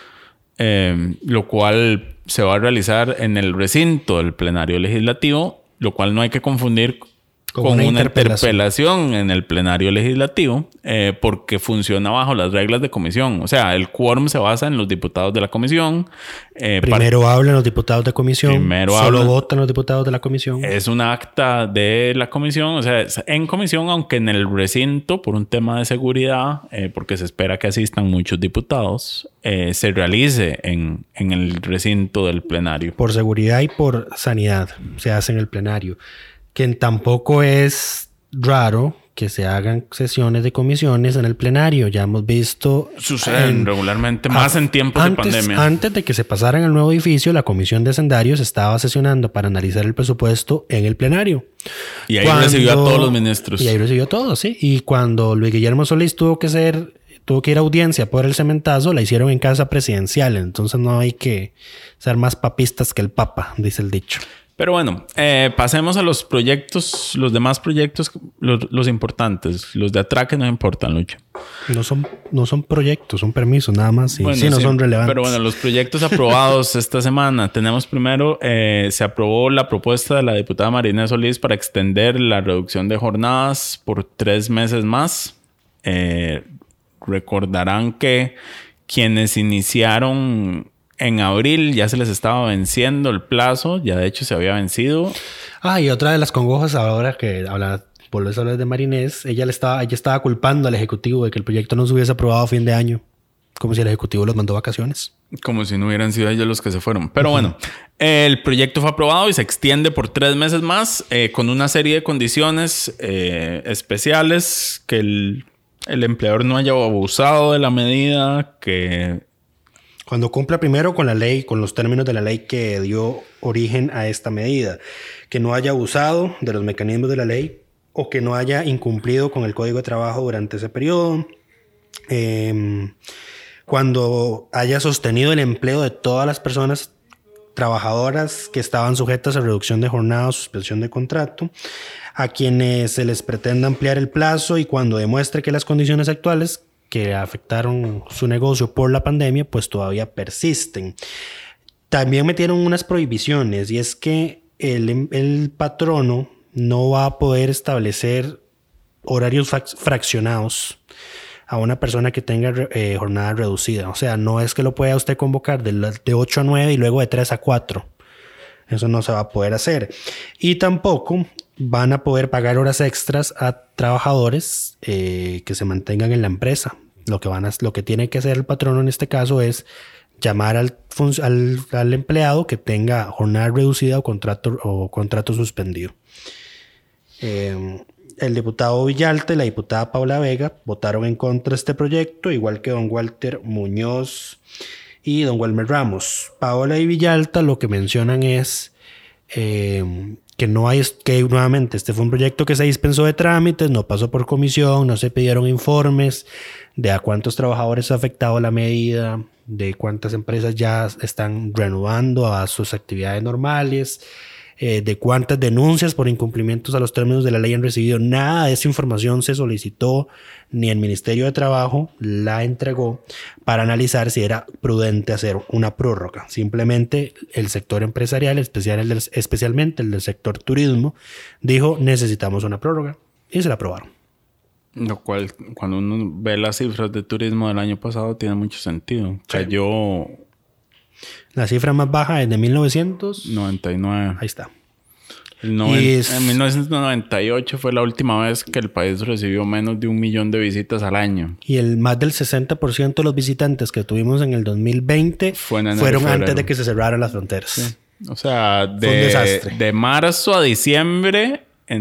Speaker 7: eh, lo cual se va a realizar en el recinto del plenario legislativo, lo cual no hay que confundir con, con una, una interpelación. interpelación en el plenario legislativo, eh, porque funciona bajo las reglas de comisión. O sea, el quórum se basa en los diputados de la comisión.
Speaker 6: Eh, primero par- hablan los diputados de comisión,
Speaker 7: primero
Speaker 6: solo
Speaker 7: hablan,
Speaker 6: votan los diputados de la comisión.
Speaker 7: Es un acta de la comisión, o sea, es en comisión, aunque en el recinto, por un tema de seguridad, eh, porque se espera que asistan muchos diputados, eh, se realice en, en el recinto del plenario.
Speaker 6: Por seguridad y por sanidad se hace en el plenario. Que tampoco es raro que se hagan sesiones de comisiones en el plenario. Ya hemos visto...
Speaker 7: Suceden en, regularmente, más a, en tiempos
Speaker 6: antes,
Speaker 7: de pandemia.
Speaker 6: Antes de que se pasaran al nuevo edificio, la comisión de hacendarios estaba sesionando para analizar el presupuesto en el plenario.
Speaker 7: Y ahí
Speaker 6: cuando,
Speaker 7: recibió a todos los ministros.
Speaker 6: Y ahí recibió a todos, sí. Y cuando Luis Guillermo Solís tuvo que ser... tuvo que ir a audiencia por el cementazo, la hicieron en casa presidencial. Entonces no hay que ser más papistas que el Papa, dice el dicho.
Speaker 7: Pero bueno, eh, pasemos a los proyectos, los demás proyectos, los, los importantes. Los de atraque no importan, Lucho.
Speaker 6: No son, no son proyectos, son permisos nada más. Y
Speaker 7: bueno,
Speaker 6: sí, no
Speaker 7: sí,
Speaker 6: son relevantes.
Speaker 7: Pero bueno, los proyectos aprobados esta semana. Tenemos primero, eh, se aprobó la propuesta de la diputada María Inés Solís para extender la reducción de jornadas por tres meses más. Eh, recordarán que quienes iniciaron... en abril ya se les estaba venciendo el plazo, ya de hecho se había vencido.
Speaker 6: Ah, y otra de las congojas ahora que habla, volvés a hablar de Marinés, ella le estaba, ella estaba culpando al Ejecutivo de que el proyecto no se hubiese aprobado a fin de año, como si el Ejecutivo los mandó vacaciones.
Speaker 7: Como si no hubieran sido ellos los que se fueron. Pero uh-huh. bueno, el proyecto fue aprobado y se extiende por tres meses más, eh, con una serie de condiciones eh, especiales, que el, el empleador no haya abusado de la medida, que...
Speaker 6: Cuando cumpla primero con la ley, con los términos de la ley que dio origen a esta medida, que no haya abusado de los mecanismos de la ley o que no haya incumplido con el Código de Trabajo durante ese periodo, eh, cuando haya sostenido el empleo de todas las personas trabajadoras que estaban sujetas a reducción de jornada o suspensión de contrato, a quienes se les pretenda ampliar el plazo y cuando demuestre que las condiciones actuales que afectaron su negocio por la pandemia, pues todavía persisten. También metieron unas prohibiciones y es que el, el patrono no va a poder establecer horarios fraccionados a una persona que tenga eh, jornada reducida. O sea, no es que lo pueda usted convocar de, de ocho a nueve y luego de tres a cuatro. Eso no se va a poder hacer. Y tampoco van a poder pagar horas extras a trabajadores eh, que se mantengan en la empresa. Lo que, van a, lo que tiene que hacer el patrono en este caso es llamar al, al, al empleado que tenga jornada reducida o contrato, o contrato suspendido. Eh, el diputado Villalta y la diputada Paula Vega votaron en contra de este proyecto, igual que don Walter Muñoz y don Wilmer Ramos. Paola y Villalta lo que mencionan es eh, que no hay, que nuevamente este fue un proyecto que se dispensó de trámites, no pasó por comisión, no se pidieron informes de a cuántos trabajadores ha afectado la medida, de cuántas empresas ya están reanudando a sus actividades normales, eh, de cuántas denuncias por incumplimientos a los términos de la ley han recibido. Nada de esa información se solicitó, ni el Ministerio de Trabajo la entregó para analizar si era prudente hacer una prórroga. Simplemente el sector empresarial, especial el del, especialmente el del sector turismo, dijo necesitamos una prórroga y se la aprobaron.
Speaker 7: Lo cual, cuando uno ve las cifras de turismo del año pasado, tiene mucho sentido. Cayó...
Speaker 6: La cifra más baja es de mil novecientos
Speaker 7: noventa y nueve.
Speaker 6: Ahí está.
Speaker 7: El noven... es... En mil novecientos noventa y ocho fue la última vez que el país recibió menos de un millón de visitas al año.
Speaker 6: Y el más del sesenta por ciento de los visitantes que tuvimos en el dos mil veinte Fue en fueron antes de que se cerraran las fronteras.
Speaker 7: Sí. O sea,
Speaker 6: Fue un
Speaker 7: de,
Speaker 6: desastre.
Speaker 7: de marzo a diciembre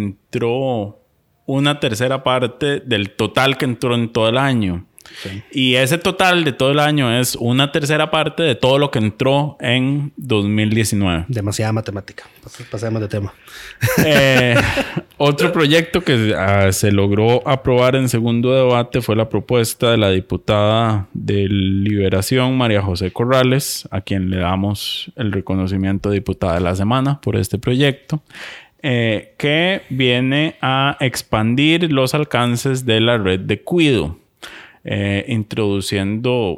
Speaker 7: entró una tercera parte del total que entró en todo el año. Sí. Y ese total de todo el año es una tercera parte de todo lo que entró en dos mil diecinueve.
Speaker 6: Demasiada matemática. Pasemos de tema.
Speaker 7: Eh, otro proyecto que uh, se logró aprobar en segundo debate fue la propuesta de la diputada de Liberación, María José Corrales, a quien le damos el reconocimiento de diputada de la semana por este proyecto. Eh, que viene a expandir los alcances de la red de cuido, eh, introduciendo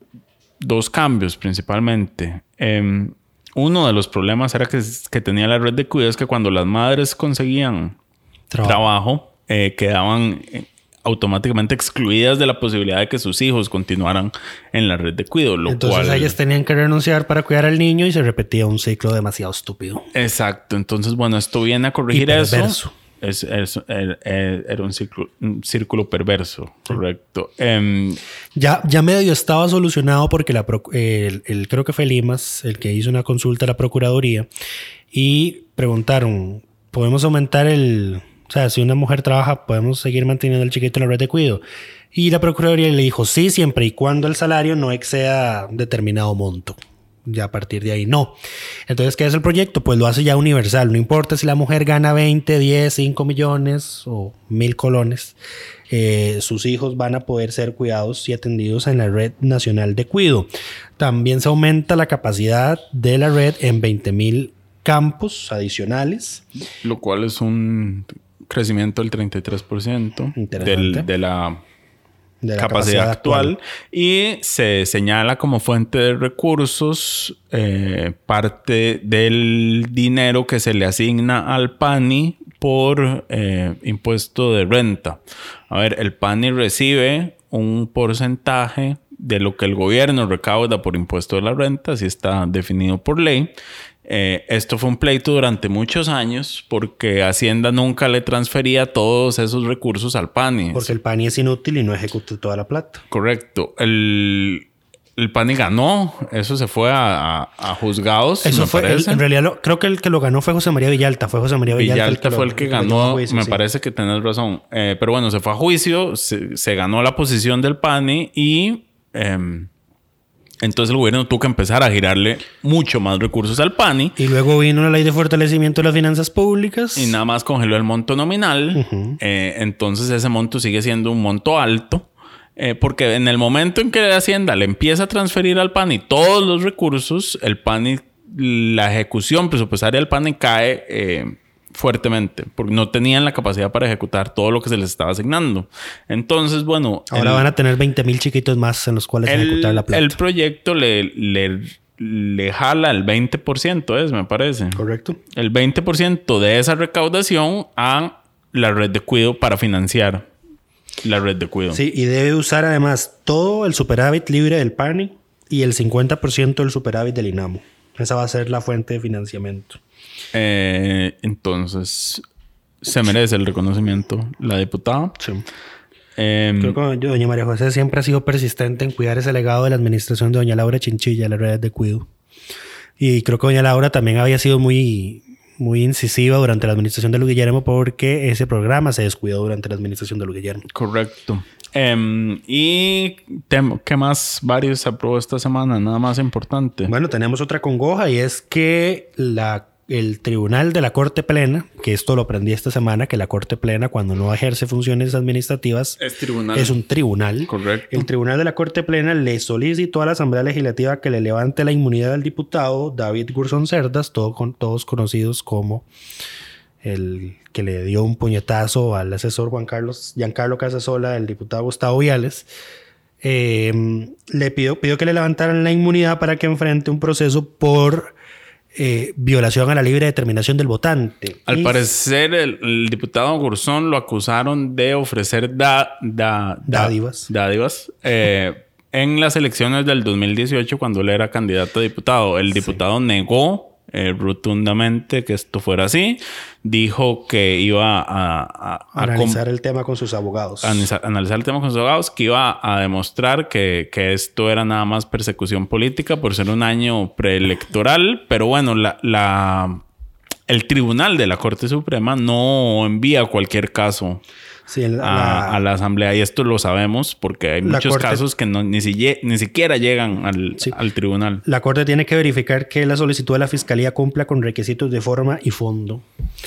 Speaker 7: dos cambios principalmente. Eh, uno de los problemas era que, que tenía la red de cuido es que cuando las madres conseguían trabajo, trabajo eh, quedaban automáticamente excluidas de la posibilidad de que sus hijos continuaran en la red de cuidado. Lo
Speaker 6: Entonces
Speaker 7: cual...
Speaker 6: ellas tenían que renunciar para cuidar al niño y se repetía un ciclo demasiado estúpido.
Speaker 7: Exacto. Entonces, bueno, esto viene a corregir
Speaker 6: y
Speaker 7: eso. Es, es, era, era un, ciclo, un círculo perverso, correcto. Um,
Speaker 6: ya, ya medio estaba solucionado porque la, el, el, creo que fue Limas el que hizo una consulta a la Procuraduría y preguntaron, ¿podemos aumentar el... O sea, si una mujer trabaja, ¿podemos seguir manteniendo al chiquito en la red de cuidado? Y la Procuraduría le dijo, sí, siempre y cuando el salario no exceda determinado monto. Ya a partir de ahí, no. Entonces, ¿qué es el proyecto? Pues lo hace ya universal. No importa si la mujer gana veinte, diez, cinco millones o mil colones. Eh, sus hijos van a poder ser cuidados y atendidos en la Red Nacional de Cuido. También se aumenta la capacidad de la red en veinte mil campos adicionales.
Speaker 7: Lo cual es un... crecimiento del treinta y tres por ciento del, de la,
Speaker 6: de la
Speaker 7: capacidad, capacidad actual. actual y se señala como fuente de recursos eh, parte del dinero que se le asigna al PANI por eh, impuesto de renta. A ver, el PANI recibe un porcentaje de lo que el gobierno recauda por impuesto de la renta, así está definido por ley. Eh, esto fue un pleito durante muchos años porque Hacienda nunca le transfería todos esos recursos al PANI.
Speaker 6: Porque el PANI es inútil y no ejecuta toda la plata.
Speaker 7: Correcto. El, el PANI ganó. Eso se fue a, a, a juzgados.
Speaker 6: Eso
Speaker 7: me
Speaker 6: fue. El, en realidad, lo, creo que el que lo ganó fue José María Villalta. Fue José María Villalta.
Speaker 7: Villalta
Speaker 6: el
Speaker 7: fue
Speaker 6: lo,
Speaker 7: el que
Speaker 6: el
Speaker 7: ganó.
Speaker 6: juicio,
Speaker 7: me
Speaker 6: sí.
Speaker 7: parece que tenés razón. Eh, pero bueno, se fue a juicio. Se, se ganó la posición del PANI y... Eh, Entonces el gobierno tuvo que empezar a girarle mucho más recursos al PANI.
Speaker 6: Y luego vino la ley de fortalecimiento de las finanzas públicas.
Speaker 7: Y nada más congeló el monto nominal. Uh-huh. Eh, entonces ese monto sigue siendo un monto alto. Eh, porque en el momento en que la Hacienda le empieza a transferir al PANI todos los recursos, el PANI, la ejecución presupuestaria del PANI cae... Eh, fuertemente, porque no tenían la capacidad para ejecutar todo lo que se les estaba asignando. Entonces, bueno...
Speaker 6: Ahora el, van a tener veinte mil chiquitos más en los cuales
Speaker 7: el,
Speaker 6: ejecutar la plata.
Speaker 7: El proyecto le, le, le jala el veinte por ciento, es, me parece.
Speaker 6: Correcto.
Speaker 7: El veinte por ciento de esa recaudación a la red de cuidado para financiar la red de cuidado.
Speaker 6: Sí, y debe usar además todo el superávit libre del PANI y el cincuenta por ciento del superávit del INAMO. Esa va a ser la fuente de financiamiento.
Speaker 7: Eh, entonces, se merece el reconocimiento la diputada.
Speaker 6: Sí.
Speaker 7: Eh,
Speaker 6: Creo que doña María José siempre ha sido persistente en cuidar ese legado de la administración de doña Laura Chinchilla, la red de cuidado. Y creo que doña Laura también había sido muy, muy incisiva durante la administración de Luis Guillermo porque ese programa se descuidó durante la administración de Luis Guillermo.
Speaker 7: Correcto. Um, ¿Y qué más varios se aprobó esta semana? Nada más importante.
Speaker 6: Bueno, tenemos otra congoja y es que la, el Tribunal de la Corte Plena, que esto lo aprendí esta semana, que la Corte Plena cuando no ejerce funciones administrativas
Speaker 7: es, tribunal.
Speaker 6: es un tribunal.
Speaker 7: Correcto.
Speaker 6: El Tribunal de la Corte Plena le solicitó a la Asamblea Legislativa que le levante la inmunidad al diputado David Gurzón Cerdas, todo con, todos conocidos como... el que le dio un puñetazo al asesor Juan Carlos, Giancarlo Casasola, el diputado Gustavo Viales, eh, le pidió, pidió que le levantaran la inmunidad para que enfrente un proceso por eh, violación a la libre determinación del votante.
Speaker 7: Al
Speaker 6: y...
Speaker 7: parecer, el, el diputado Gurzón lo acusaron de ofrecer da, da, da,
Speaker 6: dádivas,
Speaker 7: dádivas eh, en las elecciones del dos mil dieciocho cuando él era candidato a diputado. El diputado sí. negó eh, rotundamente que esto fuera así. Dijo que iba a... a, a
Speaker 6: analizar el tema con sus abogados.
Speaker 7: Analizar, analizar el tema con sus abogados, que iba a demostrar que, que esto era nada más persecución política por ser un año preelectoral. Pero bueno, la... la el tribunal de la Corte Suprema no envía cualquier caso sí, la, a, la, a la Asamblea. Y esto lo sabemos porque hay muchos Corte, casos que no, ni, si, ni siquiera llegan al, sí. al tribunal.
Speaker 6: La Corte tiene que verificar que la solicitud de la Fiscalía cumpla con requisitos de forma y fondo.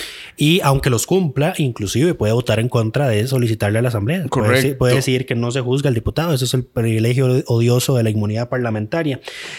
Speaker 6: Y aunque los cumpla, inclusive puede votar en contra de solicitarle a la Asamblea.
Speaker 7: Correcto.
Speaker 6: Puede decir, puede decir que no se juzga al diputado. Eso es el privilegio odioso de la inmunidad parlamentaria.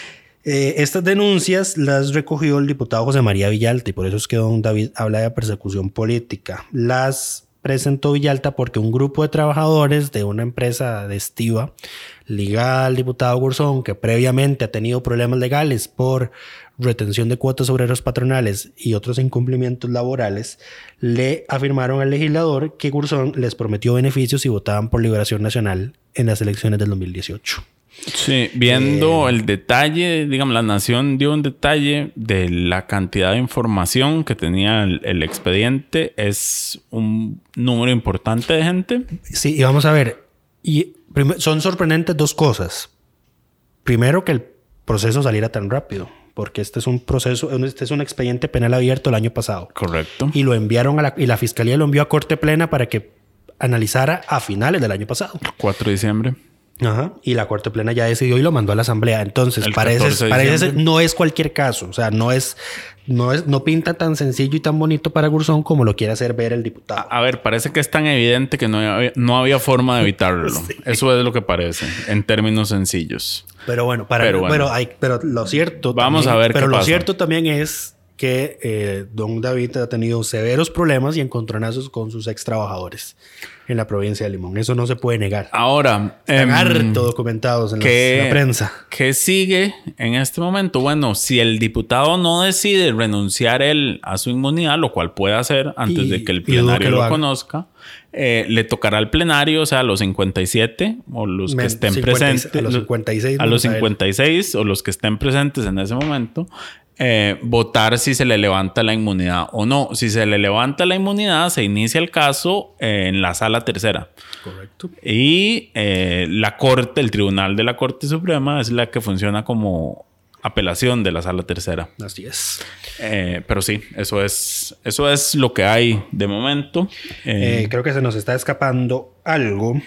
Speaker 6: Eh, estas denuncias las recogió el diputado José María Villalta y por eso es que don David habla de persecución política. Las presentó Villalta porque un grupo de trabajadores de una empresa de estiba ligada al diputado Gurzón, que previamente ha tenido problemas legales por retención de cuotas obreros patronales y otros incumplimientos laborales, le afirmaron al legislador que Gurzón les prometió beneficios si votaban por Liberación Nacional en las elecciones del dos mil dieciocho.
Speaker 7: Sí, viendo eh, el detalle, digamos, La Nación dio un detalle de la cantidad de información que tenía el, el expediente. Es un número importante de gente.
Speaker 6: Sí, y vamos a ver. Y prim- son sorprendentes dos cosas. Primero, que el proceso saliera tan rápido, porque este es un proceso, este es un expediente penal abierto el año pasado.
Speaker 7: Correcto.
Speaker 6: Y lo enviaron a la, y la Fiscalía lo envió a Corte Plena para que analizara a finales del año pasado.
Speaker 7: cuatro de diciembre.
Speaker 6: Ajá. Y la Corte Plena ya decidió y lo mandó a la Asamblea. Entonces, parece, parece no es cualquier caso. O sea, no es, no es, no pinta tan sencillo y tan bonito para Gurzón como lo quiere hacer ver el diputado.
Speaker 7: A, a ver, parece que es tan evidente que no había, no había forma de evitarlo. Sí. Eso es lo que parece, en términos sencillos.
Speaker 6: Pero bueno, para, pero, bueno. pero, hay, pero lo cierto.
Speaker 7: Vamos
Speaker 6: también,
Speaker 7: a ver
Speaker 6: Pero
Speaker 7: qué
Speaker 6: lo
Speaker 7: pasa.
Speaker 6: cierto también es que eh, don David ha tenido severos problemas y encontronazos con sus ex trabajadores en la provincia de Limón. Eso no se puede negar.
Speaker 7: Ahora,
Speaker 6: están
Speaker 7: eh,
Speaker 6: harto documentados en ¿qué, la prensa.
Speaker 7: ¿Qué sigue en este momento? Bueno, si el diputado no decide renunciar él a su inmunidad, lo cual puede hacer antes y, de que el plenario que lo, lo conozca, eh, le tocará al plenario, o sea, a los cincuenta y siete o los Men, que estén
Speaker 6: cincuenta,
Speaker 7: presentes.
Speaker 6: A los cincuenta y seis.
Speaker 7: A los cincuenta y seis o los que estén presentes en ese momento. Eh, votar si se le levanta la inmunidad o no. Si se le levanta la inmunidad, se inicia el caso eh, en la sala tercera.
Speaker 6: Correcto.
Speaker 7: Y eh, la Corte, el Tribunal de la Corte Suprema, es la que funciona como apelación de la sala tercera.
Speaker 6: Así es.
Speaker 7: Eh, pero sí, eso es, eso es lo que hay de momento.
Speaker 6: Eh, eh, creo que se nos está escapando algo.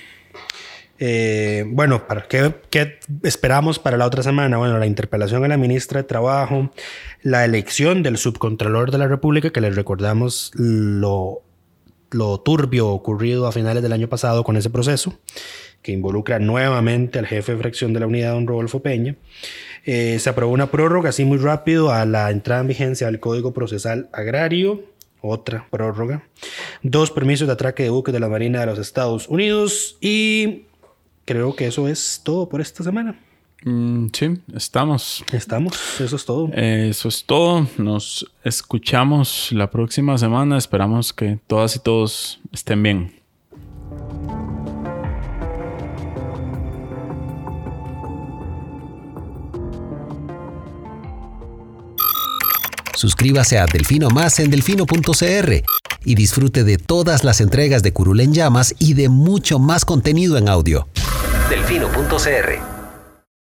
Speaker 6: Eh, bueno, ¿para qué, qué esperamos para la otra semana? Bueno, la interpelación a la ministra de Trabajo, la elección del subcontralor de la República, que les recordamos lo, lo turbio ocurrido a finales del año pasado con ese proceso, que involucra nuevamente al jefe de fracción de la unidad, don Rodolfo Peña. Eh, se aprobó una prórroga así muy rápido a la entrada en vigencia del Código Procesal Agrario. Otra prórroga. Dos permisos de atraque de buques de la Marina de los Estados Unidos y... creo que eso es todo por esta semana.
Speaker 7: Mm, sí, estamos.
Speaker 6: Estamos, eso es todo.
Speaker 7: Eh, eso es todo. Nos escuchamos la próxima semana. Esperamos que todas y todos estén bien.
Speaker 1: Suscríbase a Delfino Más en delfino punto c r y disfrute de todas las entregas de Curul en Llamas y de mucho más contenido en audio. delfino punto c r